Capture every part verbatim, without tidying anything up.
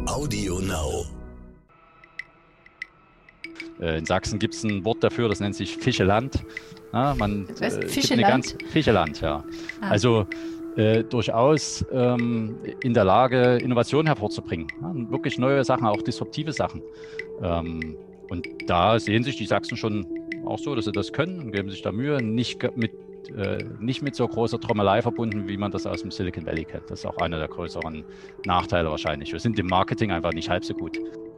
Audio Now. In Sachsen gibt es ein Wort dafür, das nennt sich Fischeland. Ja, man, Was? äh, Fischeland? Ganz, Fischeland, ja. Ah. Also äh, durchaus ähm, in der Lage, Innovationen hervorzubringen. Ja, wirklich neue Sachen, auch disruptive Sachen. Ähm, und da sehen sich die Sachsen schon auch so, dass sie das können und geben sich da Mühe, nicht mit, äh, nicht mit so großer Trommelei verbunden, wie man das aus dem Silicon Valley kennt. Das ist auch einer der größeren Nachteile wahrscheinlich. Wir sind im Marketing einfach nicht halb so gut.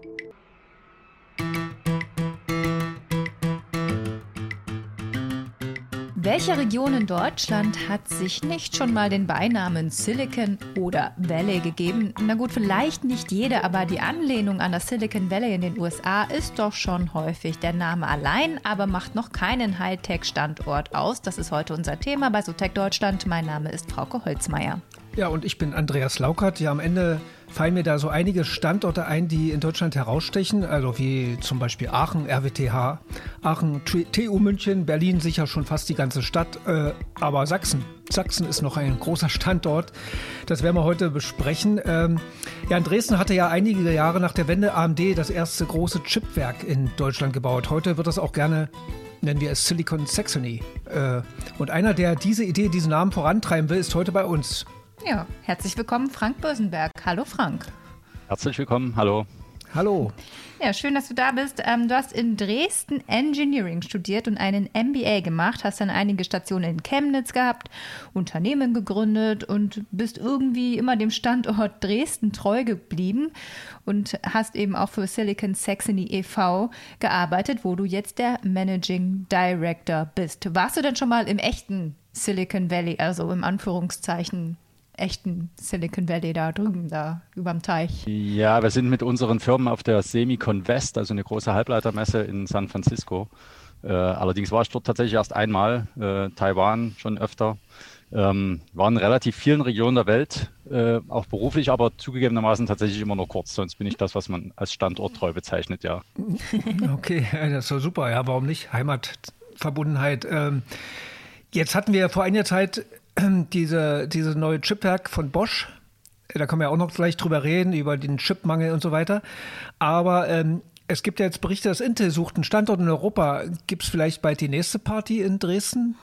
Welche Region in Deutschland hat sich nicht schon mal den Beinamen Silicon oder Valley gegeben? Na gut, vielleicht nicht jede, aber die Anlehnung an das Silicon Valley in den U S A ist doch schon häufig. Der Name allein aber macht noch keinen Hightech-Standort aus. Das ist heute unser Thema bei SoTech Deutschland. Mein Name ist Frauke Holzmeier. Ja, und ich bin Andreas Laukert. Ja, am Ende fallen mir da so einige Standorte ein, die in Deutschland herausstechen, also wie zum Beispiel Aachen, R W T H, Aachen, T U München, Berlin sicher schon fast die ganze Stadt, äh, aber Sachsen. Sachsen ist noch ein großer Standort. Das werden wir heute besprechen. Ähm, ja, in Dresden hatte ja einige Jahre nach der Wende A M D das erste große Chipwerk in Deutschland gebaut. Heute wird das auch gerne, nennen wir es Silicon Saxony. Äh, und einer, der diese Idee, diesen Namen vorantreiben will, ist heute bei uns. Ja, herzlich willkommen, Frank Bösenberg. Hallo Frank. Herzlich willkommen, hallo. Hallo. Ja, schön, dass du da bist. Ähm, du hast in Dresden Engineering studiert und einen M B A gemacht, hast dann einige Stationen in Chemnitz gehabt, Unternehmen gegründet und bist irgendwie immer dem Standort Dresden treu geblieben und hast eben auch für Silicon Saxony e V gearbeitet, wo du jetzt der Managing Director bist. Warst du denn schon mal im echten Silicon Valley, also im Anführungszeichen echten Silicon Valley da drüben, da überm Teich? Ja, wir sind mit unseren Firmen auf der Semicon West, also eine große Halbleitermesse in San Francisco. Äh, allerdings war ich dort tatsächlich erst einmal, äh, Taiwan schon öfter. Ähm, waren in relativ vielen Regionen der Welt, äh, auch beruflich, aber zugegebenermaßen tatsächlich immer nur kurz. Sonst bin ich das, was man als standorttreu bezeichnet, ja. Okay, das ist doch super. Ja, warum nicht? Heimatverbundenheit. Ähm, jetzt hatten wir vor einiger Zeit Diese, diese neue Chipwerk von Bosch, da können wir auch noch gleich drüber reden, über den Chipmangel und so weiter. Aber ähm, es gibt ja jetzt Berichte, dass Intel sucht einen Standort in Europa. Gibt es vielleicht bald die nächste Party in Dresden?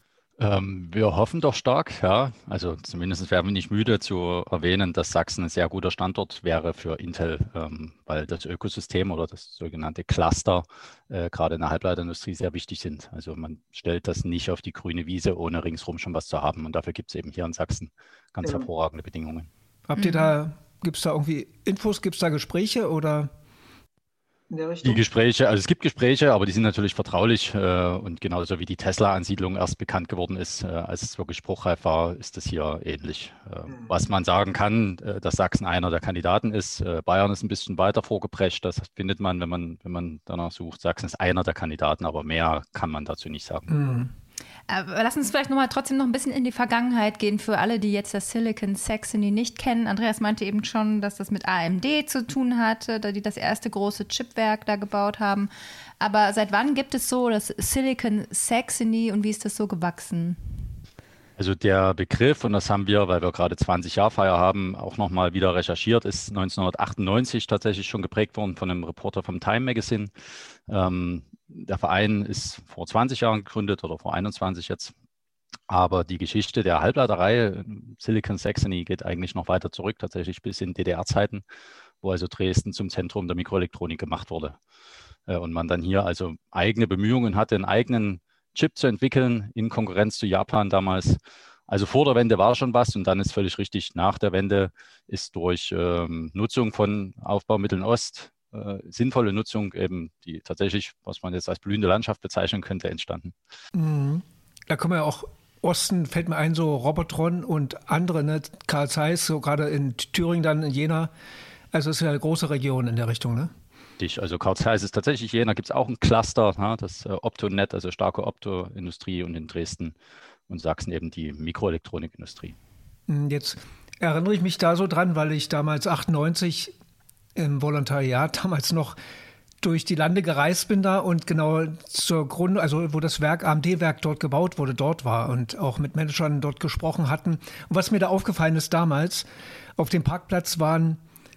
Ähm, wir hoffen doch stark, ja. Also zumindest werden wir nicht müde zu erwähnen, dass Sachsen ein sehr guter Standort wäre für Intel, ähm, weil das Ökosystem oder das sogenannte Cluster äh, gerade in der Halbleiterindustrie sehr wichtig sind. Also man stellt das nicht auf die grüne Wiese, ohne ringsherum schon was zu haben. Und dafür gibt es eben hier in Sachsen ganz ja. hervorragende Bedingungen. Habt ihr da, gibt es da irgendwie Infos, gibt es da Gespräche oder? In der Richtung? Die Gespräche, also es gibt Gespräche, aber die sind natürlich vertraulich äh, und genauso wie die Tesla-Ansiedlung erst bekannt geworden ist, äh, als es wirklich spruchreif war, ist das hier ähnlich. Äh, mhm. Was man sagen kann, äh, dass Sachsen einer der Kandidaten ist, äh, Bayern ist ein bisschen weiter vorgeprescht, das findet man, wenn man, wenn man danach sucht. Sachsen ist einer der Kandidaten, aber mehr kann man dazu nicht sagen. Mhm. Aber lass uns vielleicht noch mal trotzdem noch ein bisschen in die Vergangenheit gehen für alle, die jetzt das Silicon Saxony nicht kennen. Andreas meinte eben schon, dass das mit A M D zu tun hatte, da die das erste große Chipwerk da gebaut haben. Aber seit wann gibt es so das Silicon Saxony und wie ist das so gewachsen? Also der Begriff, und das haben wir, weil wir gerade zwanzig Jahre Feier haben, auch nochmal wieder recherchiert, ist neunzehnhundertachtundneunzig tatsächlich schon geprägt worden von einem Reporter vom Time Magazine. Ähm, der Verein ist vor zwanzig Jahren gegründet oder vor einundzwanzig jetzt. Aber die Geschichte der Halbleiterei Silicon Saxony geht eigentlich noch weiter zurück, tatsächlich bis in D D R-Zeiten, wo also Dresden zum Zentrum der Mikroelektronik gemacht wurde. Äh, und man dann hier also eigene Bemühungen hatte, einen eigenen Chip zu entwickeln, in Konkurrenz zu Japan damals. Also vor der Wende war schon was und dann ist völlig richtig, nach der Wende ist durch ähm, Nutzung von Aufbaumitteln Ost, äh, sinnvolle Nutzung eben, die tatsächlich, was man jetzt als blühende Landschaft bezeichnen könnte, entstanden. Mhm. Da kommen ja auch, Osten fällt mir ein, so Robotron und andere, ne? Carl Zeiss, so gerade in Thüringen, dann in Jena. Also es ist ja eine große Region in der Richtung, ne? Also Carl Zeiss ist tatsächlich Jena, gibt es auch ein Cluster, ja, das äh, Optonet, also starke Optoindustrie und in Dresden und Sachsen eben die Mikroelektronikindustrie. Jetzt erinnere ich mich da so dran, weil ich damals achtundneunzig im Volontariat damals noch durch die Lande gereist bin da und genau zur Grund, also wo das Werk, A M D-Werk dort gebaut wurde, dort war und auch mit Managern dort gesprochen hatten. Und was mir da aufgefallen ist damals, auf dem Parkplatz waren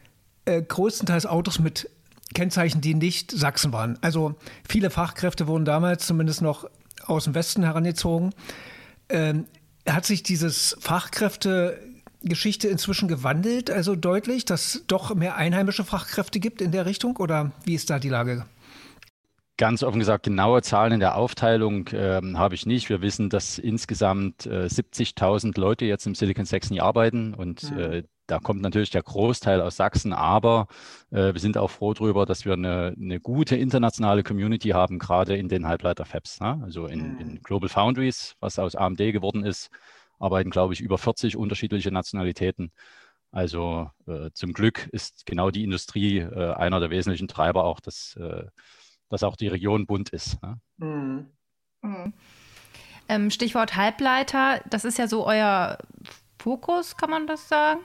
äh, größtenteils Autos mit Kennzeichen, die nicht Sachsen waren. Also viele Fachkräfte wurden damals zumindest noch aus dem Westen herangezogen. Ähm, hat sich dieses Fachkräftegeschichte inzwischen gewandelt, also deutlich, dass es doch mehr einheimische Fachkräfte gibt in der Richtung? Oder wie ist da die Lage? Ganz offen gesagt, genaue Zahlen in der Aufteilung ähm, habe ich nicht. Wir wissen, dass insgesamt äh, siebzigtausend Leute jetzt im Silicon Saxony arbeiten und mhm. äh, da kommt natürlich der Großteil aus Sachsen, aber äh, wir sind auch froh darüber, dass wir eine, eine gute internationale Community haben, gerade in den Halbleiter-Fabs. Ne? Also in, mhm. in Global Foundries, was aus A M D geworden ist, arbeiten, glaube ich, über vierzig unterschiedliche Nationalitäten. Also äh, zum Glück ist genau die Industrie äh, einer der wesentlichen Treiber auch, dass, äh, dass auch die Region bunt ist. Ne? Mhm. Mhm. Ähm, Stichwort Halbleiter, das ist ja so euer Fokus, kann man das sagen?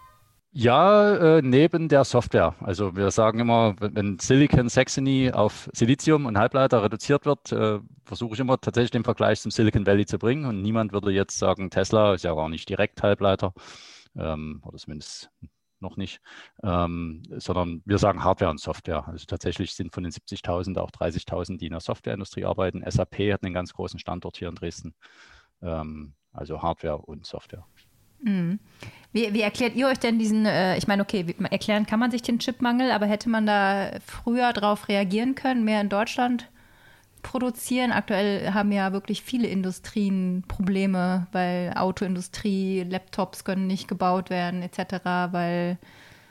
Ja, äh, neben der Software. Also wir sagen immer, wenn Silicon Saxony auf Silizium und Halbleiter reduziert wird, äh, versuche ich immer tatsächlich den Vergleich zum Silicon Valley zu bringen. Und niemand würde jetzt sagen, Tesla ist ja gar nicht direkt Halbleiter, ähm, oder zumindest noch nicht, ähm, sondern wir sagen Hardware und Software. Also tatsächlich sind von den siebzigtausend auch dreißigtausend, die in der Softwareindustrie arbeiten. S A P hat einen ganz großen Standort hier in Dresden. Ähm, also Hardware und Software. Mhm. Wie, wie erklärt ihr euch denn diesen, äh, ich meine, okay, wie, erklären kann man sich den Chipmangel, aber hätte man da früher drauf reagieren können, mehr in Deutschland produzieren? Aktuell haben ja wirklich viele Industrien Probleme, weil Autoindustrie, Laptops können nicht gebaut werden et cetera, weil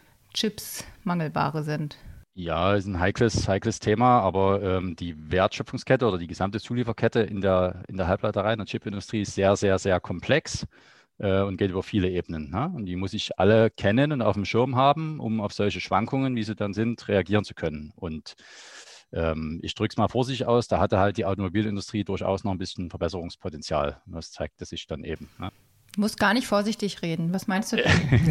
Chips Mangelware sind. Ja, ist ein heikles, heikles Thema, aber ähm, die Wertschöpfungskette oder die gesamte Zulieferkette in der, in der Halbleiterei, in der Chipindustrie ist sehr, sehr, sehr komplex. Und geht über viele Ebenen. Ne? Und die muss ich alle kennen und auf dem Schirm haben, um auf solche Schwankungen, wie sie dann sind, reagieren zu können. Und ähm, ich drücke es mal vorsichtig aus, da hatte halt die Automobilindustrie durchaus noch ein bisschen Verbesserungspotenzial. Und das zeigte sich dann eben. Ne? Du musst gar nicht vorsichtig reden. Was meinst du denn?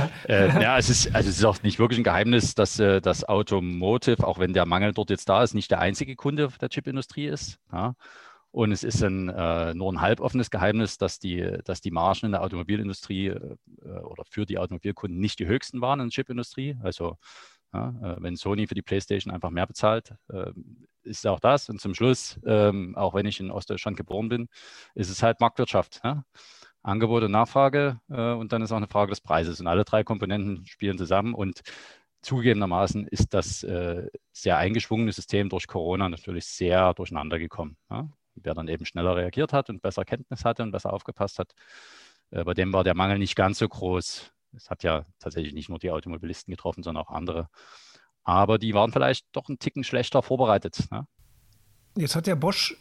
äh, ja, es ist, also es ist auch nicht wirklich ein Geheimnis, dass äh, das Automotive, auch wenn der Mangel dort jetzt da ist, nicht der einzige Kunde der Chipindustrie ist. Ja? Und es ist ein, äh, nur ein halboffenes Geheimnis, dass die, dass die Margen in der Automobilindustrie äh, oder für die Automobilkunden nicht die höchsten waren in der Chipindustrie. Also ja, äh, wenn Sony für die PlayStation einfach mehr bezahlt, äh, ist auch das. Und zum Schluss, ähm, auch wenn ich in Ostdeutschland geboren bin, ist es halt Marktwirtschaft. Ja? Angebot und Nachfrage äh, und dann ist auch eine Frage des Preises. Und alle drei Komponenten spielen zusammen. Und zugegebenermaßen ist das äh, sehr eingeschwungene System durch Corona natürlich sehr durcheinander gekommen. Ja? Wer dann eben schneller reagiert hat und besser Kenntnis hatte und besser aufgepasst hat, äh, bei dem war der Mangel nicht ganz so groß. Es hat ja tatsächlich nicht nur die Automobilisten getroffen, sondern auch andere. Aber die waren vielleicht doch einen Ticken schlechter vorbereitet. Ne? Jetzt hat der Bosch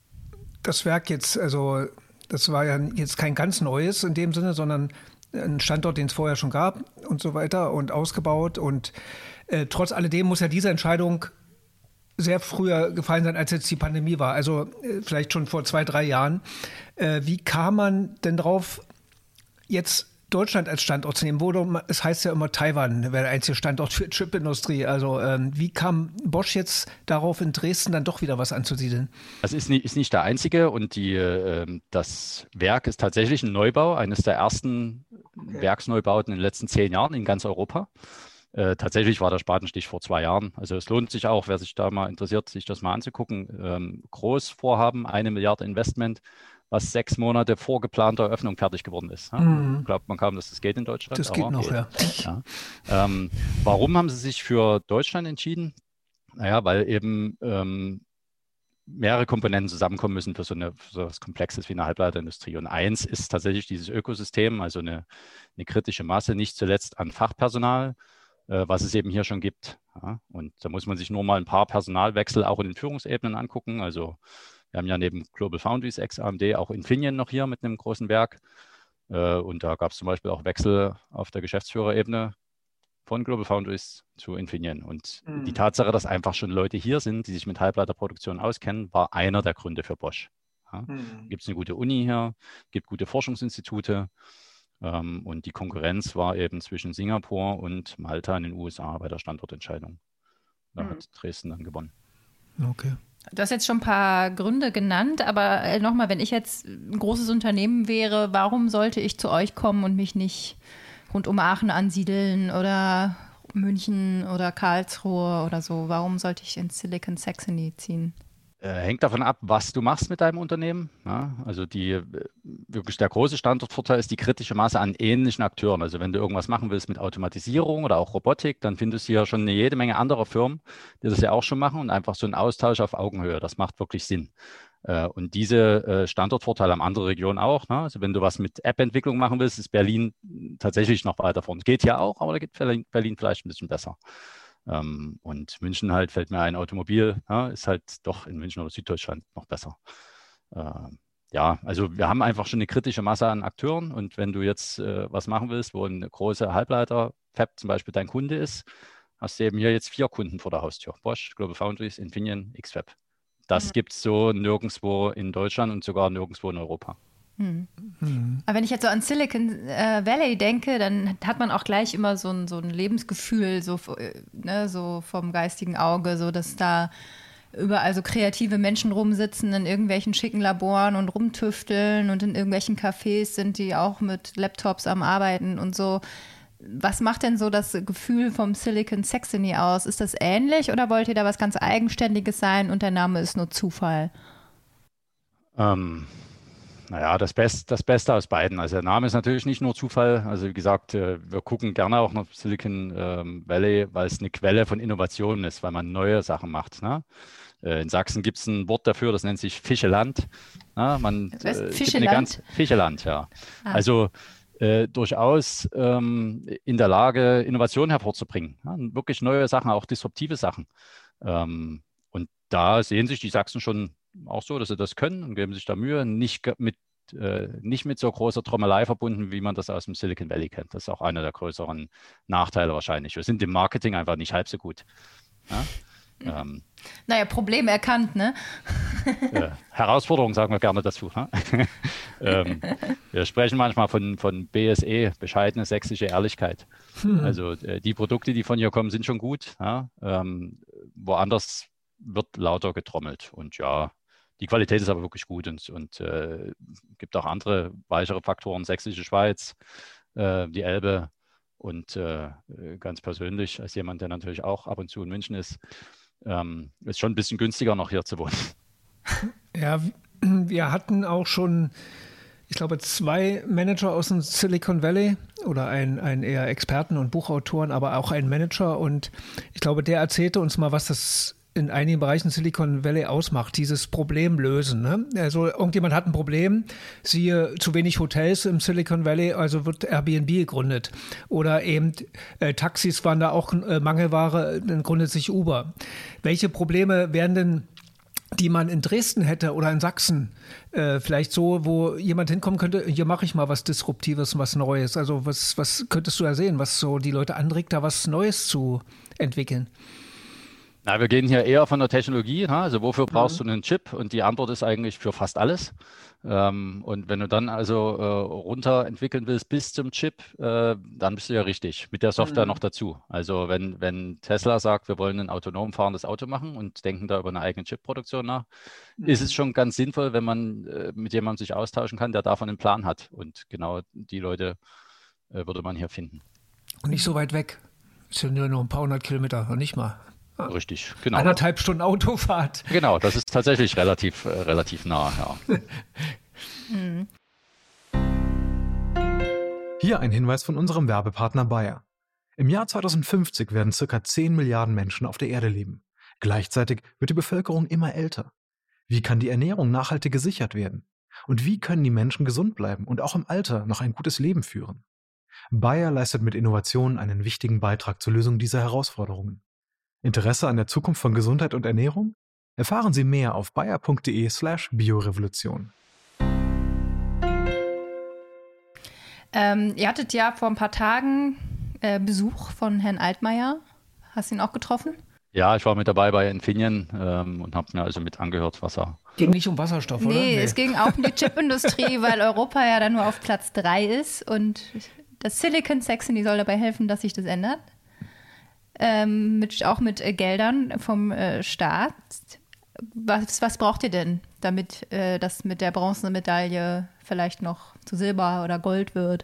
das Werk jetzt, also das war ja jetzt kein ganz neues in dem Sinne, sondern ein Standort, den es vorher schon gab und so weiter und ausgebaut. Und äh, trotz alledem muss ja diese Entscheidung sehr früher gefallen sein, als jetzt die Pandemie war, also äh, vielleicht schon vor zwei, drei Jahren. Äh, wie kam man denn drauf, jetzt Deutschland als Standort zu nehmen? Wurde, es heißt ja immer, Taiwan wäre der einzige Standort für Chipindustrie. Also ähm, wie kam Bosch jetzt darauf, in Dresden dann doch wieder was anzusiedeln? Das ist nicht, ist nicht der einzige und die, äh, das Werk ist tatsächlich ein Neubau, eines der ersten okay. Werksneubauten in den letzten zehn Jahren in ganz Europa. Äh, tatsächlich war der Spatenstich vor zwei Jahren. Also es lohnt sich auch, wer sich da mal interessiert, sich das mal anzugucken. Ähm, Großvorhaben, eine Milliarde Investment, was sechs Monate vor geplanter Eröffnung fertig geworden ist. Ja? Mhm. Glaubt man kaum, dass das geht in Deutschland. Das geht noch, geht. ja. ja. Ähm, warum haben Sie sich für Deutschland entschieden? Naja, weil eben ähm, mehrere Komponenten zusammenkommen müssen für so, eine, für so etwas Komplexes wie eine Halbleiterindustrie. Und eins ist tatsächlich dieses Ökosystem, also eine, eine kritische Masse, nicht zuletzt an Fachpersonal, was es eben hier schon gibt. Ja, und da muss man sich nur mal ein paar Personalwechsel auch in den Führungsebenen angucken. Also wir haben ja neben Global Foundries, ex-A M D, auch Infineon noch hier mit einem großen Werk. Und da gab es zum Beispiel auch Wechsel auf der Geschäftsführerebene von Global Foundries zu Infineon. Und mhm. die Tatsache, dass einfach schon Leute hier sind, die sich mit Halbleiterproduktion auskennen, war einer der Gründe für Bosch. Ja, mhm. Gibt es eine gute Uni hier, gibt gute Forschungsinstitute. Und die Konkurrenz war eben zwischen Singapur und Malta in den U S A bei der Standortentscheidung. Da mhm. hat Dresden dann gewonnen. Okay. Du hast jetzt schon ein paar Gründe genannt, aber nochmal, wenn ich jetzt ein großes Unternehmen wäre, warum sollte ich zu euch kommen und mich nicht rund um Aachen ansiedeln oder München oder Karlsruhe oder so? Warum sollte ich in Silicon Saxony ziehen? Hängt davon ab, was du machst mit deinem Unternehmen. Ja, also die, wirklich der große Standortvorteil ist die kritische Masse an ähnlichen Akteuren. Also wenn du irgendwas machen willst mit Automatisierung oder auch Robotik, dann findest du hier schon eine jede Menge anderer Firmen, die das ja auch schon machen und einfach so ein Austausch auf Augenhöhe. Das macht wirklich Sinn. Und diese Standortvorteile haben andere Regionen auch. Ne? Also wenn du was mit App-Entwicklung machen willst, ist Berlin tatsächlich noch weiter vorne. Geht ja auch, aber da geht Berlin vielleicht ein bisschen besser. Ähm, und München halt, fällt mir ein, Automobil, ja, ist halt doch in München oder Süddeutschland noch besser. Ähm, ja, also wir haben einfach schon eine kritische Masse an Akteuren und wenn du jetzt äh, was machen willst, wo eine große Halbleiter-Fab zum Beispiel dein Kunde ist, hast du eben hier jetzt vier Kunden vor der Haustür. Bosch, GlobalFoundries, Infineon, X-Fab. Das mhm. gibt es so nirgendwo in Deutschland und sogar nirgendwo in Europa. Hm. Hm. Aber wenn ich jetzt so an Silicon äh, Valley denke, dann hat man auch gleich immer so ein, so ein Lebensgefühl so, ne, so vom geistigen Auge, so dass da überall so kreative Menschen rumsitzen in irgendwelchen schicken Laboren und rumtüfteln und in irgendwelchen Cafés sind, die auch mit Laptops am Arbeiten und so. Was macht denn so das Gefühl vom Silicon Saxony aus? Ist das ähnlich oder wollt ihr da was ganz Eigenständiges sein und der Name ist nur Zufall? Ähm... Naja, das, Best, das Beste aus beiden. Also der Name ist natürlich nicht nur Zufall. Also wie gesagt, wir gucken gerne auch nach Silicon ähm, Valley, weil es eine Quelle von Innovationen ist, weil man neue Sachen macht. Ne? Äh, in Sachsen gibt es ein Wort dafür, das nennt sich Fischeland. Na, man, Was? äh, Fischeland? Eine ganz, Fischeland, ja. Ah. Also äh, durchaus ähm, in der Lage, Innovationen hervorzubringen. Ja? Wirklich neue Sachen, auch disruptive Sachen. Ähm, und da sehen sich die Sachsen schon auch so, dass sie das können und geben sich da Mühe, nicht mit, äh, nicht mit so großer Trommelei verbunden, wie man das aus dem Silicon Valley kennt. Das ist auch einer der größeren Nachteile wahrscheinlich. Wir sind im Marketing einfach nicht halb so gut. Ja? Ähm, naja, Problem erkannt, ne? äh, Herausforderung sagen wir gerne dazu. Ne? ähm, wir sprechen manchmal von, von B S E, bescheidene sächsische Ehrlichkeit. Hm. Also äh, die Produkte, die von hier kommen, sind schon gut. Ja? Ähm, woanders wird lauter getrommelt und ja, die Qualität ist aber wirklich gut und, und äh, gibt auch andere weichere Faktoren, sächsische Schweiz, äh, die Elbe und äh, ganz persönlich, als jemand, der natürlich auch ab und zu in München ist, ähm, ist schon ein bisschen günstiger noch hier zu wohnen. Ja, wir hatten auch schon, ich glaube, zwei Manager aus dem Silicon Valley oder ein, ein eher Experten und Buchautoren, aber auch ein Manager und ich glaube, der erzählte uns mal, was das in einigen Bereichen Silicon Valley ausmacht, dieses Problem lösen. Ne? Also irgendjemand hat ein Problem, siehe zu wenig Hotels im Silicon Valley, also wird Airbnb gegründet. Oder eben äh, Taxis waren da auch äh, Mangelware, dann gründet sich Uber. Welche Probleme wären denn, die man in Dresden hätte oder in Sachsen, äh, vielleicht so, wo jemand hinkommen könnte, hier mache ich mal was Disruptives, was Neues. Also was, was könntest du da sehen, was so die Leute anregt, da was Neues zu entwickeln? Na, wir gehen hier eher von der Technologie. Ha? Also wofür brauchst mhm. du einen Chip? Und die Antwort ist eigentlich für fast alles. Ähm, und wenn du dann also äh, runter entwickeln willst bis zum Chip, äh, dann bist du ja richtig. Mit der Software mhm. noch dazu. Also wenn, wenn Tesla sagt, wir wollen ein autonom fahrendes Auto machen und denken da über eine eigene Chip-Produktion nach, mhm. ist es schon ganz sinnvoll, wenn man äh, mit jemandem sich austauschen kann, der davon einen Plan hat. Und genau die Leute äh, würde man hier finden. Und nicht so weit weg. Es sind nur noch ein paar hundert Kilometer, noch nicht mal. Richtig, genau. Anderthalb Stunden Autofahrt. Genau, das ist tatsächlich relativ, äh, relativ nah. Ja. mhm. Hier ein Hinweis von unserem Werbepartner Bayer. Im Jahr zweitausendfünfzig werden ca. zehn Milliarden Menschen auf der Erde leben. Gleichzeitig wird die Bevölkerung immer älter. Wie kann die Ernährung nachhaltig gesichert werden? Und wie können die Menschen gesund bleiben und auch im Alter noch ein gutes Leben führen? Bayer leistet mit Innovationen einen wichtigen Beitrag zur Lösung dieser Herausforderungen. Interesse an der Zukunft von Gesundheit und Ernährung? Erfahren Sie mehr auf bayer.de slash Biorevolution. Ähm, ihr hattet ja vor ein paar Tagen äh, Besuch von Herrn Altmaier. Hast du ihn auch getroffen? Ja, ich war mit dabei bei Infineon ähm, und habe mir also mit angehört, was er... Ging nicht um Wasserstoff, nee, oder? Nee, es ging auch um die Chipindustrie, weil Europa ja dann nur auf Platz drei ist und das Silicon Saxony soll dabei helfen, dass sich das ändert. Ähm, mit, auch mit äh, Geldern vom äh, Staat. Was, was braucht ihr denn, damit äh, das mit der Bronzemedaille vielleicht noch zu Silber oder Gold wird?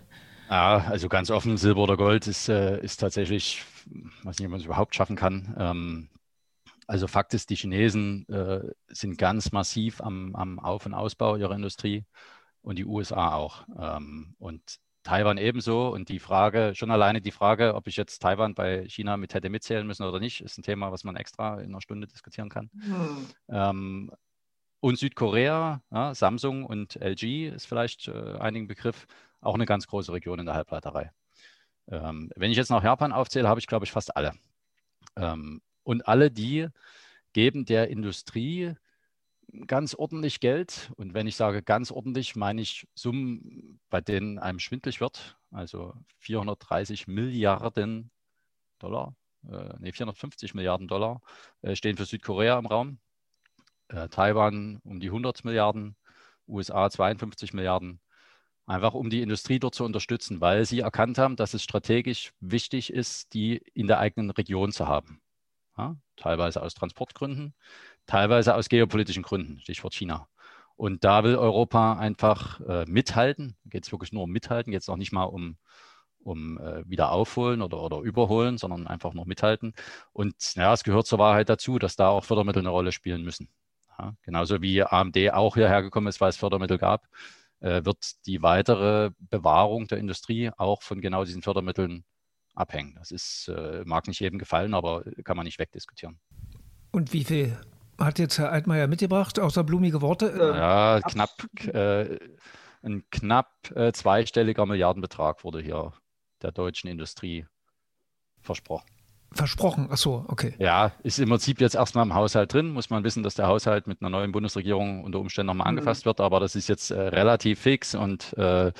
Ja, also ganz offen, Silber oder Gold ist, äh, ist tatsächlich, weiß nicht, ob man es überhaupt schaffen kann. Ähm, also Fakt ist, die Chinesen äh, sind ganz massiv am, am Auf- und Ausbau ihrer Industrie und die U S A auch. Ähm, und Taiwan ebenso. Und die Frage, schon alleine die Frage, ob ich jetzt Taiwan bei China mit hätte mitzählen müssen oder nicht, ist ein Thema, was man extra in einer Stunde diskutieren kann. Hm. Ähm, und Südkorea, ja, Samsung und L G ist vielleicht äh, einigen Begriff, auch eine ganz große Region in der Halbleiterei. Ähm, wenn ich jetzt noch Japan aufzähle, habe ich, glaube ich, fast alle. Ähm, und alle die geben der Industrie ganz ordentlich Geld. Und wenn ich sage ganz ordentlich, meine ich Summen, bei denen einem schwindlig wird. Also vierhundertdreißig Milliarden Dollar, äh, nee, vierhundertfünfzig Milliarden Dollar äh, stehen für Südkorea im Raum. Äh, Taiwan um die hundert Milliarden, U S A zweiundfünfzig Milliarden. Einfach um die Industrie dort zu unterstützen, weil sie erkannt haben, dass es strategisch wichtig ist, die in der eigenen Region zu haben. Ja, teilweise aus Transportgründen, teilweise aus geopolitischen Gründen, Stichwort China. Und da will Europa einfach äh, mithalten. Geht es wirklich nur um mithalten, geht es noch nicht mal um, um äh, wieder aufholen oder, oder überholen, sondern einfach nur mithalten. Und ja, es gehört zur Wahrheit dazu, dass da auch Fördermittel eine Rolle spielen müssen. Ja, genauso wie A M D auch hierher gekommen ist, weil es Fördermittel gab, äh, wird die weitere Bewahrung der Industrie auch von genau diesen Fördermitteln abhängen. Das ist, äh, mag nicht jedem gefallen, aber kann man nicht wegdiskutieren. Und wie viel hat jetzt Herr Altmaier mitgebracht, außer blumige Worte? Ja, knapp, äh, ein knapp äh, zweistelliger Milliardenbetrag wurde hier der deutschen Industrie versprochen. Versprochen, ach so, okay. Ja, ist im Prinzip jetzt erstmal im Haushalt drin. Muss man wissen, dass der Haushalt mit einer neuen Bundesregierung unter Umständen nochmal mhm. angefasst wird, aber das ist jetzt äh, relativ fix und äh,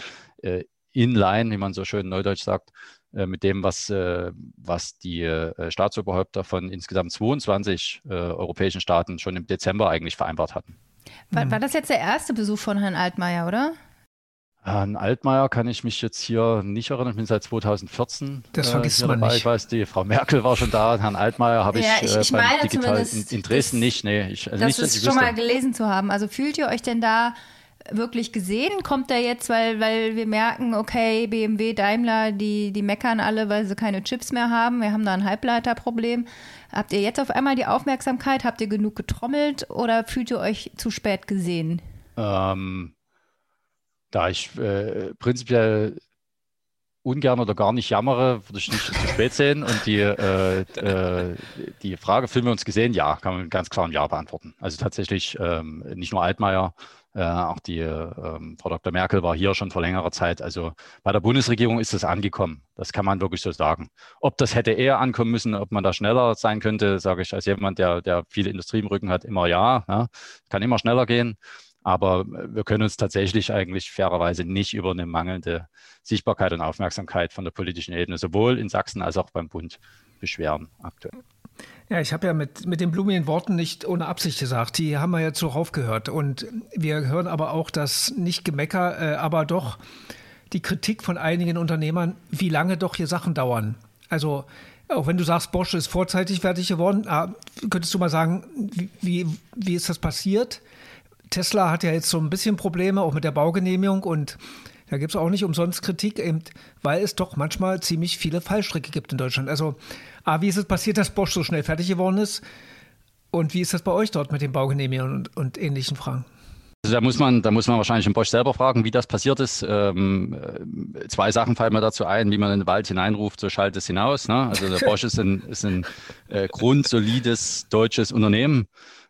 in line, wie man so schön neudeutsch sagt, äh, mit dem, was, äh, was die äh, Staatsoberhäupter von insgesamt zweiundzwanzig äh, europäischen Staaten schon im Dezember eigentlich vereinbart hatten. War, war das jetzt der erste Besuch von Herrn Altmaier, oder? An Altmaier kann ich mich jetzt hier nicht erinnern. Ich bin seit zweitausendvierzehn das vergisst äh, man dabei. nicht. Ich weiß, die Frau Merkel war schon da. Herrn Altmaier habe ja, ich, ich, ich äh, beim meine Digital in, in Dresden nicht. Nee, ich, also das nicht, dass ist ich schon wüsste. mal gelesen zu haben. Also fühlt ihr euch denn da wirklich gesehen? Kommt er jetzt, weil, weil wir merken, okay, B M W, Daimler, die, die meckern alle, weil sie keine Chips mehr haben. Wir haben da ein Halbleiterproblem. Habt ihr jetzt auf einmal die Aufmerksamkeit? Habt ihr genug getrommelt oder fühlt ihr euch zu spät gesehen? Ähm, da ich äh, prinzipiell ungern oder gar nicht jammere, würde ich nicht zu spät sehen. Und die, äh, äh, die Frage, filmen wir uns gesehen? Ja, kann man ganz klar ein Ja beantworten. Also tatsächlich ähm, nicht nur Altmaier, äh, auch die ähm, Frau Doktor Merkel war hier schon vor längerer Zeit. Also bei der Bundesregierung ist das angekommen. Das kann man wirklich so sagen. Ob das hätte eher ankommen müssen, ob man da schneller sein könnte, sage ich als jemand, der, der viele Industrie im Rücken hat, immer ja. ja. Kann immer schneller gehen. Aber wir können uns tatsächlich eigentlich fairerweise nicht über eine mangelnde Sichtbarkeit und Aufmerksamkeit von der politischen Ebene, sowohl in Sachsen als auch beim Bund, beschweren aktuell. Ja, ich habe ja mit, mit den blumigen Worten nicht ohne Absicht gesagt, die haben wir jetzt so raufgehört. Und wir hören aber auch das Nicht-Gemecker, äh, aber doch die Kritik von einigen Unternehmern, wie lange doch hier Sachen dauern. Also auch wenn du sagst, Bosch ist vorzeitig fertig geworden, äh, könntest du mal sagen, wie, wie, wie ist das passiert? Tesla hat ja jetzt so ein bisschen Probleme, auch mit der Baugenehmigung, und da gibt es auch nicht umsonst Kritik, eben, weil es doch manchmal ziemlich viele Fallstricke gibt in Deutschland. Also, A, wie ist es passiert, dass Bosch so schnell fertig geworden ist? Und wie ist das bei euch dort mit den Baugenehmigungen und, und ähnlichen Fragen? Also da muss man, da muss man wahrscheinlich den Bosch selber fragen, wie das passiert ist. Ähm, zwei Sachen fallen mir dazu ein, wie man in den Wald hineinruft, so schallt es hinaus. Ne? Also der Bosch ist ein, ist ein äh, grundsolides deutsches Unternehmen,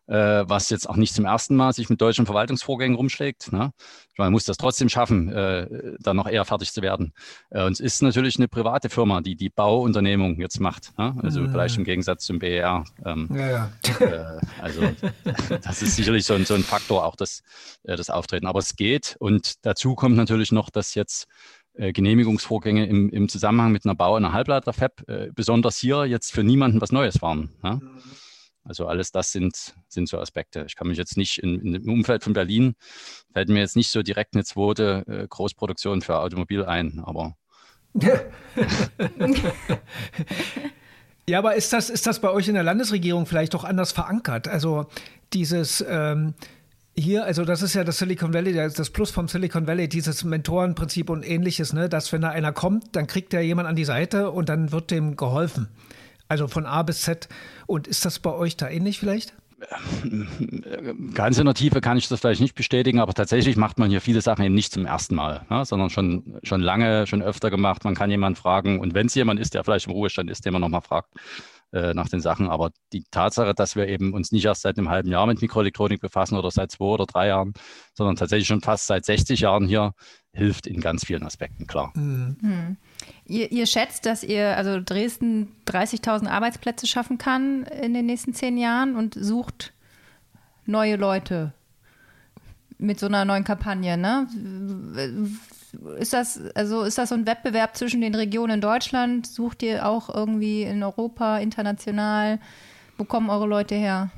was jetzt auch nicht zum ersten Mal sich mit deutschen Verwaltungsvorgängen rumschlägt. Ne? Man muss das trotzdem schaffen, äh, dann noch eher fertig zu werden. Äh, und es ist natürlich eine private Firma, die die Bauunternehmung jetzt macht. Ne? Also mhm. vielleicht im Gegensatz zum B E R. Ähm, ja, ja. Äh, also das ist sicherlich so ein, so ein Faktor, auch das, äh, das Auftreten. Aber es geht. Und dazu kommt natürlich noch, dass jetzt äh, Genehmigungsvorgänge im, im Zusammenhang mit einer Bau- und einer Halbleiter-Fab äh, besonders hier jetzt für niemanden was Neues waren. Ne? Mhm. Also alles das sind, sind so Aspekte. Ich kann mich jetzt nicht in, in, im Umfeld von Berlin, fällt mir jetzt nicht so direkt eine zweite äh, Großproduktion für Automobil ein, aber... Ja, aber ist das, ist das bei euch in der Landesregierung vielleicht doch anders verankert? Also dieses, ähm, Hier, also das ist ja das Silicon Valley, das Plus vom Silicon Valley, dieses Mentorenprinzip und ähnliches, ne, dass wenn da einer kommt, dann kriegt der jemand an die Seite und dann wird dem geholfen. Also von A bis Z. Und ist das bei euch da ähnlich vielleicht? Ganz in der Tiefe kann ich das vielleicht nicht bestätigen, aber tatsächlich macht man hier viele Sachen eben nicht zum ersten Mal, ne, sondern schon, schon lange, schon öfter gemacht. Man kann jemanden fragen und wenn es jemand ist, der vielleicht im Ruhestand ist, den man nochmal fragt äh, nach den Sachen. Aber die Tatsache, dass wir eben uns nicht erst seit einem halben Jahr mit Mikroelektronik befassen oder seit zwei oder drei Jahren, sondern tatsächlich schon fast seit sechzig Jahren hier, hilft in ganz vielen Aspekten, klar. Mhm. Hm. Ihr, ihr schätzt, dass ihr, also Dresden, dreißigtausend Arbeitsplätze schaffen kann in den nächsten zehn Jahren und sucht neue Leute mit so einer neuen Kampagne, ne? Ist das, also ist das so ein Wettbewerb zwischen den Regionen in Deutschland? Sucht ihr auch irgendwie in Europa, international? Wo kommen eure Leute her?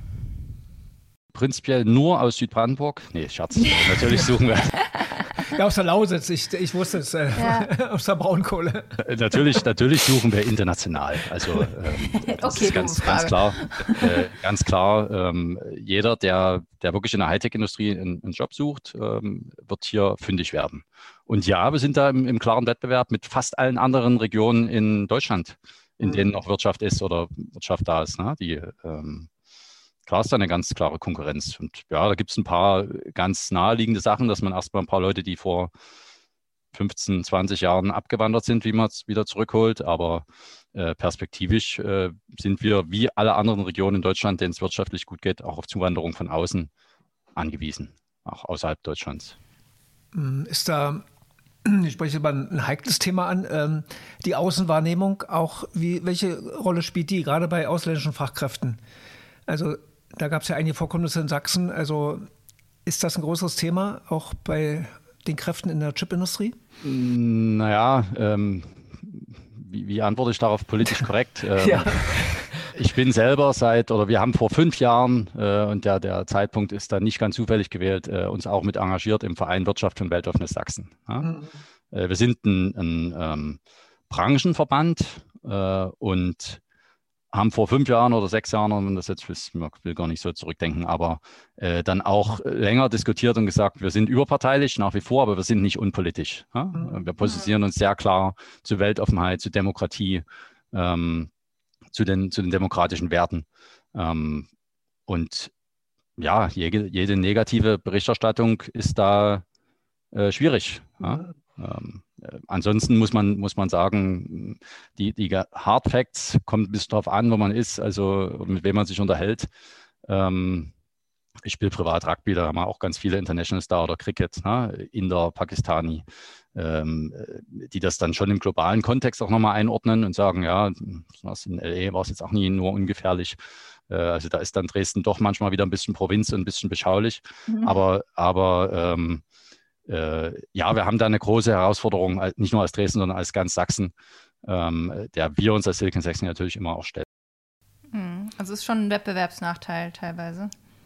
Prinzipiell nur aus Südbrandenburg. Nee, Scherz. Natürlich suchen wir. Ja, aus der Lausitz, ich, ich wusste es, äh, ja. Aus der Braunkohle. Natürlich, natürlich suchen wir international. Also ähm, das okay, ist ganz, ganz klar. Äh, ganz klar, ähm, jeder, der, der wirklich in der Hightech-Industrie einen, einen Job sucht, ähm, wird hier fündig werden. Und ja, wir sind da im, im klaren Wettbewerb mit fast allen anderen Regionen in Deutschland, in mhm. denen auch Wirtschaft ist oder Wirtschaft da ist. Ne? Die ähm, Klar ist da eine ganz klare Konkurrenz. Und ja, da gibt es ein paar ganz naheliegende Sachen, dass man erstmal ein paar Leute, die vor fünfzehn, zwanzig Jahren abgewandert sind, wie man es wieder zurückholt. Aber äh, perspektivisch äh, sind wir, wie alle anderen Regionen in Deutschland, denen es wirtschaftlich gut geht, auch auf Zuwanderung von außen angewiesen, auch außerhalb Deutschlands. Ist da, ich spreche über ein heikles Thema an, ähm, die Außenwahrnehmung auch, wie, welche Rolle spielt die, gerade bei ausländischen Fachkräften? Also da gab es ja einige Vorkommnisse in Sachsen. Also ist das ein größeres Thema, auch bei den Kräften in der Chipindustrie? Naja, ähm, wie, wie antworte ich darauf politisch korrekt? Ähm, ja. Ich bin selber seit, oder wir haben vor fünf Jahren, äh, und der, der Zeitpunkt ist da nicht ganz zufällig gewählt, äh, uns auch mit engagiert im Verein Wirtschaft und Weltoffenes Sachsen. Ja? Mhm. Äh, wir sind ein, ein ähm, Branchenverband äh, und haben vor fünf Jahren oder sechs Jahren, wenn das jetzt ist, ich will gar nicht so zurückdenken, aber äh, dann auch länger diskutiert und gesagt, wir sind überparteilich nach wie vor, aber wir sind nicht unpolitisch. Ja? Mhm. Wir positionieren uns sehr klar zu Weltoffenheit, zu Demokratie, ähm, zu, den, zu den demokratischen Werten. Ähm, und ja, jede, jede negative Berichterstattung ist da äh, schwierig. Ja? Mhm. Ähm, äh, ansonsten muss man, muss man sagen, die, die Hard Facts kommt ein bisschen darauf an, wo man ist, also mit wem man sich unterhält. Ähm, ich spiele privat Rugby, da haben wir auch ganz viele Internationals da oder Cricket, ne? Inder, Pakistani, ähm, die das dann schon im globalen Kontext auch nochmal einordnen und sagen, ja, was in L A war es jetzt auch nie nur ungefährlich. Äh, also da ist dann Dresden doch manchmal wieder ein bisschen Provinz und ein bisschen beschaulich. Mhm. Aber, aber ähm, Äh, ja, wir haben da eine große Herausforderung, nicht nur als Dresden, sondern als ganz Sachsen, ähm, der wir uns als Silicon Saxony natürlich immer auch stellen. Also es ist schon ein Wettbewerbsnachteil teilweise.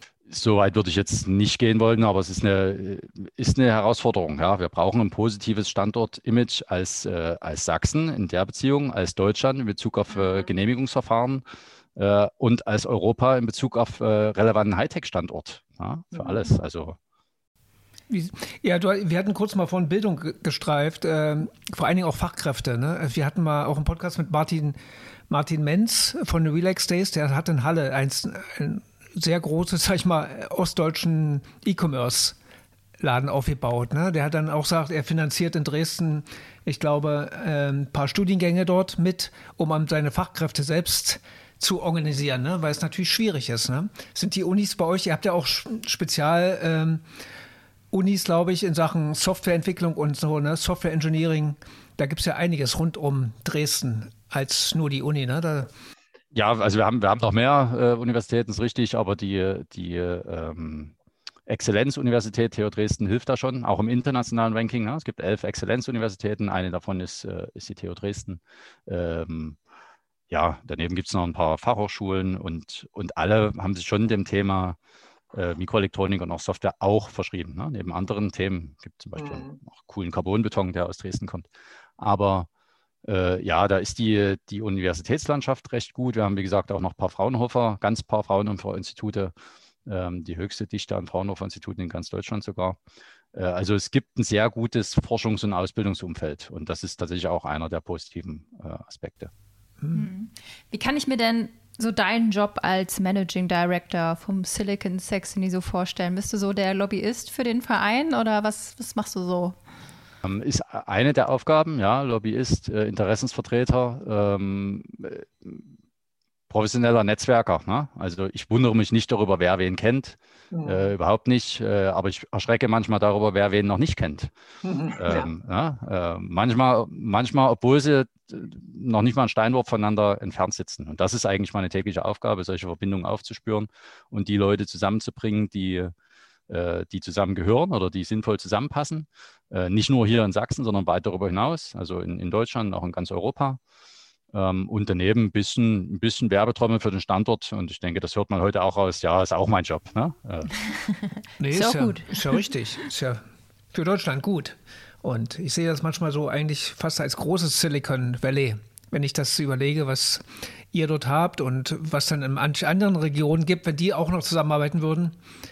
So weit würde ich jetzt nicht gehen wollen, aber es ist eine, ist eine Herausforderung. Ja. Wir brauchen ein positives Standort-Image als, äh, als Sachsen in der Beziehung, als Deutschland in Bezug auf äh, Genehmigungsverfahren äh, und als Europa in Bezug auf äh, relevanten Hightech-Standort, ja, für mhm. alles. Also Wie, ja, du, wir hatten kurz mal von Bildung gestreift, äh, vor allen Dingen auch Fachkräfte. Ne? Wir hatten mal auch einen Podcast mit Martin, Martin Menz von den Relax Days, der hat in Halle ein, ein sehr großes, sag ich mal, ostdeutschen E-Commerce-Laden aufgebaut. Ne? Der hat dann auch gesagt, er finanziert in Dresden, ich glaube, äh, ein paar Studiengänge dort mit, um seine Fachkräfte selbst zu organisieren, ne? Weil es natürlich schwierig ist. Ne? Sind die Unis bei euch, ihr habt ja auch Spezial... Ähm, Unis, glaube ich, in Sachen Softwareentwicklung und so, ne, Software Engineering, da gibt es ja einiges rund um Dresden als nur die Uni, ne? Da ja, also wir haben, wir haben noch mehr äh, Universitäten, ist richtig, aber die, die ähm, Exzellenzuniversität T H Dresden hilft da schon, auch im internationalen Ranking. Ne? Es gibt elf Exzellenzuniversitäten, eine davon ist, äh, ist die T H Dresden. Ähm, ja, daneben gibt es noch ein paar Fachhochschulen und, und alle haben sich schon dem Thema Mikroelektronik und auch Software auch verschrieben. Ne? Neben anderen Themen gibt es zum Beispiel mhm. auch coolen Carbonbeton, der aus Dresden kommt. Aber äh, ja, da ist die, die Universitätslandschaft recht gut. Wir haben, wie gesagt, auch noch ein paar Fraunhofer, ganz paar Fraunhofer-Institute. ähm, die höchste Dichte an Fraunhofer-Instituten in ganz Deutschland sogar. Äh, also es gibt ein sehr gutes Forschungs- und Ausbildungsumfeld und das ist tatsächlich auch einer der positiven äh, Aspekte. Hm. Wie kann ich mir denn so deinen Job als Managing Director vom Silicon Saxony so vorstellen? Bist du so der Lobbyist für den Verein oder was, was machst du so? Ähm, ist eine der Aufgaben, ja, Lobbyist, äh, Interessensvertreter, ähm, äh, professioneller Netzwerker. Ne? Also ich wundere mich nicht darüber, wer wen kennt, mhm. äh, überhaupt nicht, äh, aber ich erschrecke manchmal darüber, wer wen noch nicht kennt. Mhm. Ähm, ja. Ja, äh, manchmal, manchmal, obwohl sie noch nicht mal einen Steinwurf voneinander entfernt sitzen. Und das ist eigentlich meine tägliche Aufgabe, solche Verbindungen aufzuspüren und die Leute zusammenzubringen, die, äh, die zusammengehören oder die sinnvoll zusammenpassen. Äh, nicht nur hier in Sachsen, sondern weit darüber hinaus, also in, in Deutschland, auch in ganz Europa. Ähm, und daneben ein bisschen, ein bisschen Werbetrommel für den Standort. Und ich denke, das hört man heute auch raus. Ja, ist auch mein Job. Ne? Äh. nee, ist, ist ja gut. Ist ja richtig. Ist ja für Deutschland gut. Und ich sehe das manchmal so eigentlich fast als großes Silicon Valley, wenn ich das überlege, was ihr dort habt und was dann in manchen anderen Regionen gibt, wenn die auch noch zusammenarbeiten würden,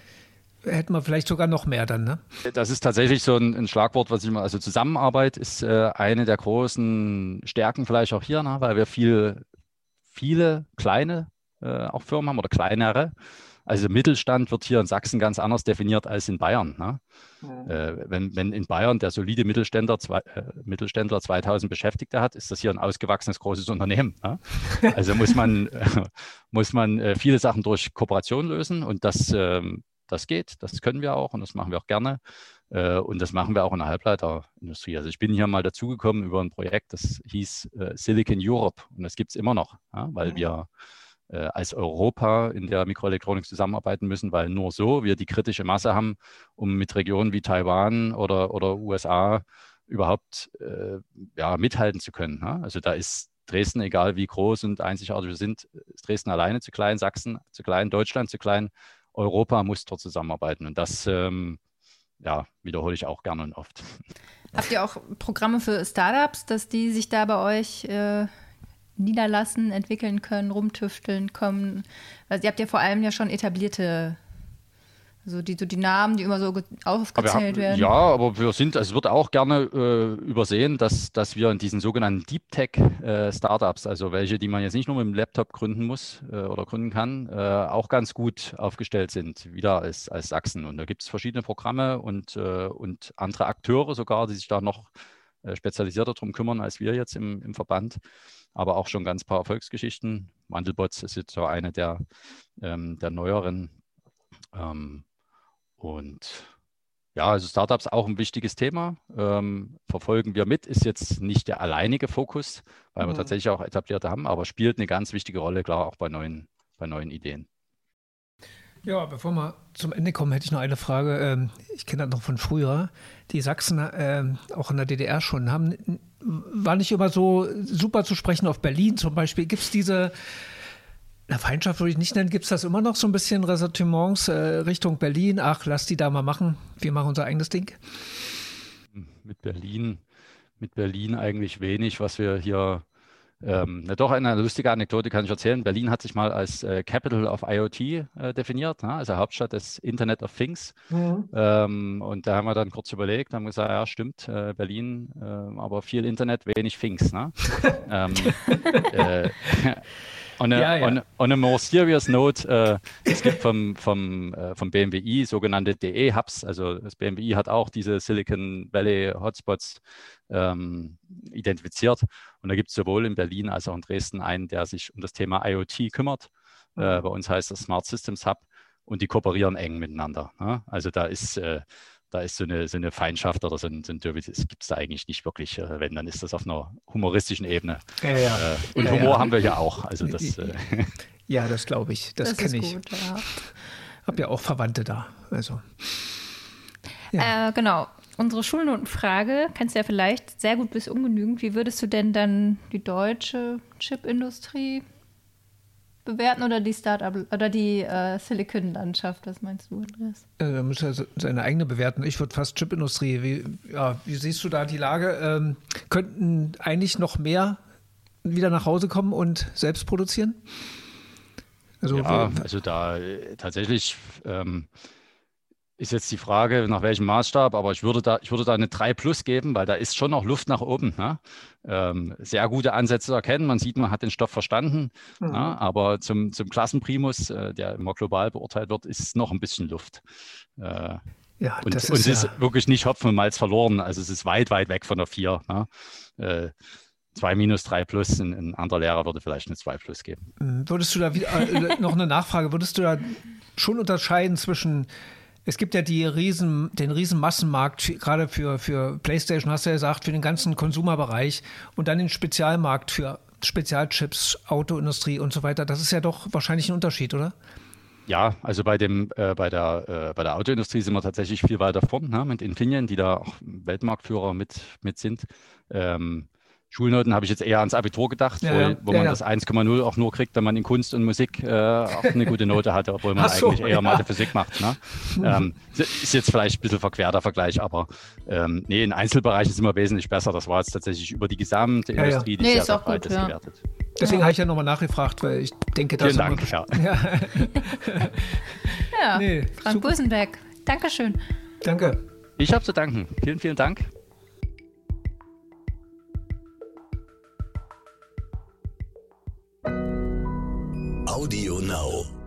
hätten wir vielleicht sogar noch mehr dann, ne? Das ist tatsächlich so ein, ein Schlagwort, was ich mal, also Zusammenarbeit ist äh, eine der großen Stärken vielleicht auch hier, ne? Weil wir viel, viele kleine äh, auch Firmen haben oder kleinere. Also Mittelstand wird hier in Sachsen ganz anders definiert als in Bayern. Ne? Ja. Äh, wenn, wenn in Bayern der solide Mittelständler, zwei, äh, Mittelständler zweitausend Beschäftigte hat, ist das hier ein ausgewachsenes großes Unternehmen. Ne? Also muss man, äh, muss man äh, viele Sachen durch Kooperation lösen und das, äh, das geht, das können wir auch und das machen wir auch gerne. Äh, und das machen wir auch in der Halbleiterindustrie. Also ich bin hier mal dazugekommen über ein Projekt, das hieß äh, Silicon Europe und das gibt es immer noch, ja? Weil ja. wir als Europa in der Mikroelektronik zusammenarbeiten müssen, weil nur so wir die kritische Masse haben, um mit Regionen wie Taiwan oder, oder U S A überhaupt äh, ja, mithalten zu können. Ne? Also da ist Dresden, egal wie groß und einzigartig wir sind, ist Dresden alleine zu klein, Sachsen zu klein, Deutschland zu klein, Europa muss dort zusammenarbeiten. Und das ähm, ja, wiederhole ich auch gerne und oft. Habt ihr auch Programme für Startups, dass die sich da bei euch äh niederlassen, entwickeln können, rumtüfteln kommen? Also ihr habt ja vor allem ja schon etablierte, also die, so die Namen, die immer so aufgezählt haben, werden. Ja, aber wir sind, es wird auch gerne äh, übersehen, dass, dass wir in diesen sogenannten Deep Tech äh, Startups, also welche, die man jetzt nicht nur mit dem Laptop gründen muss äh, oder gründen kann, äh, auch ganz gut aufgestellt sind, wieder als, als Sachsen. Und da gibt es verschiedene Programme und, äh, und andere Akteure sogar, die sich da noch äh, spezialisierter darum kümmern als wir jetzt im, im Verband. Aber auch schon ganz paar Erfolgsgeschichten. Mandelbots ist jetzt so eine der, ähm, der neueren. Ähm, und ja, also Startups auch ein wichtiges Thema. Ähm, verfolgen wir mit, ist jetzt nicht der alleinige Fokus, weil mhm. wir tatsächlich auch etablierte haben, aber spielt eine ganz wichtige Rolle, klar, auch bei neuen, bei neuen Ideen. Ja, bevor wir zum Ende kommen, hätte ich noch eine Frage. Ich kenne das noch von früher. Die Sachsen, auch in der D D R schon, haben, war nicht immer so super zu sprechen auf Berlin zum Beispiel. Gibt es diese, na, Feindschaft würde ich nicht nennen, gibt es das immer noch so ein bisschen Ressentiments äh, Richtung Berlin? Ach, lass die da mal machen. Wir machen unser eigenes Ding. Mit Berlin, mit Berlin eigentlich wenig, was wir hier Ähm, doch, eine lustige Anekdote kann ich erzählen. Berlin hat sich mal als äh, Capital of IoT äh, definiert, ne? Also Hauptstadt des Internet of Things. Mhm. Ähm, und da haben wir dann kurz überlegt, haben gesagt, ja stimmt, äh, Berlin, äh, aber viel Internet, wenig Things. Ne? ähm, äh, On a, ja, ja. On, on a more serious note, äh, es gibt vom, vom, äh, vom B M W I sogenannte D E-Hubs, also das B M W I hat auch diese Silicon Valley Hotspots ähm, identifiziert und da gibt es sowohl in Berlin als auch in Dresden einen, der sich um das Thema IoT kümmert. Mhm. Äh, bei uns heißt das Smart Systems Hub und die kooperieren eng miteinander. Ne? Also da ist äh, Da ist so eine, so eine Feindschaft oder so ein, so ein Derby, das gibt es da eigentlich nicht wirklich. Wenn, dann ist das auf einer humoristischen Ebene. Ja, ja. Äh, und ja, Humor ja. haben wir ja auch. Also das, äh ja, das glaube ich. Das, das kenne ich. Gut, ja. Habe ja auch Verwandte da. Also. Ja. Äh, genau. Unsere Schulnotenfrage kennst du ja vielleicht sehr gut bis ungenügend. Wie würdest du denn dann die deutsche Chipindustrie bewerten oder die Startup oder die äh, Silicon-Landschaft? Was meinst du, Andreas? Da muss er seine eigene bewerten. Ich würde fast Chipindustrie. Wie, ja, wie siehst du da die Lage? Ähm, könnten eigentlich noch mehr wieder nach Hause kommen und selbst produzieren? Also, ja, also da äh, tatsächlich ähm, ist jetzt die Frage, nach welchem Maßstab, aber ich würde da, ich würde da eine drei plus geben, weil da ist schon noch Luft nach oben. Ne? Ähm, sehr gute Ansätze erkennen. Man sieht, man hat den Stoff verstanden, mhm. ne? Aber zum, zum Klassenprimus, äh, der immer global beurteilt wird, ist noch ein bisschen Luft. Äh, ja, und das und ist, es ist ja wirklich nicht Hopfen und Malz verloren. Also es ist weit, weit weg von der vier. Ne? Äh, zwei minus, drei plus, ein, ein anderer Lehrer würde vielleicht eine zwei plus geben. Würdest du da wieder, äh, noch eine Nachfrage, würdest du da schon unterscheiden zwischen, es gibt ja die riesen, den riesen Massenmarkt, gerade für, für PlayStation, hast du ja gesagt, für den ganzen Konsumerbereich und dann den Spezialmarkt für Spezialchips, Autoindustrie und so weiter. Das ist ja doch wahrscheinlich ein Unterschied, oder? Ja, also bei dem, äh, bei der, äh, bei der Autoindustrie sind wir tatsächlich viel weiter vorn, ne, mit Infineon, die da auch Weltmarktführer mit, mit sind. Ähm, Schulnoten habe ich jetzt eher ans Abitur gedacht, ja, wo, ja. wo ja, man ja. das eins Komma null auch nur kriegt, wenn man in Kunst und Musik äh, auch eine gute Note hatte, obwohl man so, eigentlich eher ja. Mathe, Physik macht. Ne? ähm, ist jetzt vielleicht ein bisschen verquer der Vergleich, aber ähm, nee, in Einzelbereichen sind wir wesentlich besser. Das war jetzt tatsächlich über die gesamte ja, Industrie, ja. die Nee, sehr, ist sehr auch breit gut, ist ja. gewertet. Deswegen Ja. habe ich ja nochmal nachgefragt, weil ich denke, das Vielen Dank, ja. ja. Ja, Nee, Frank super. Busenbeck, Dankeschön. Danke. Ich habe zu danken. Vielen, vielen Dank. Audio Now.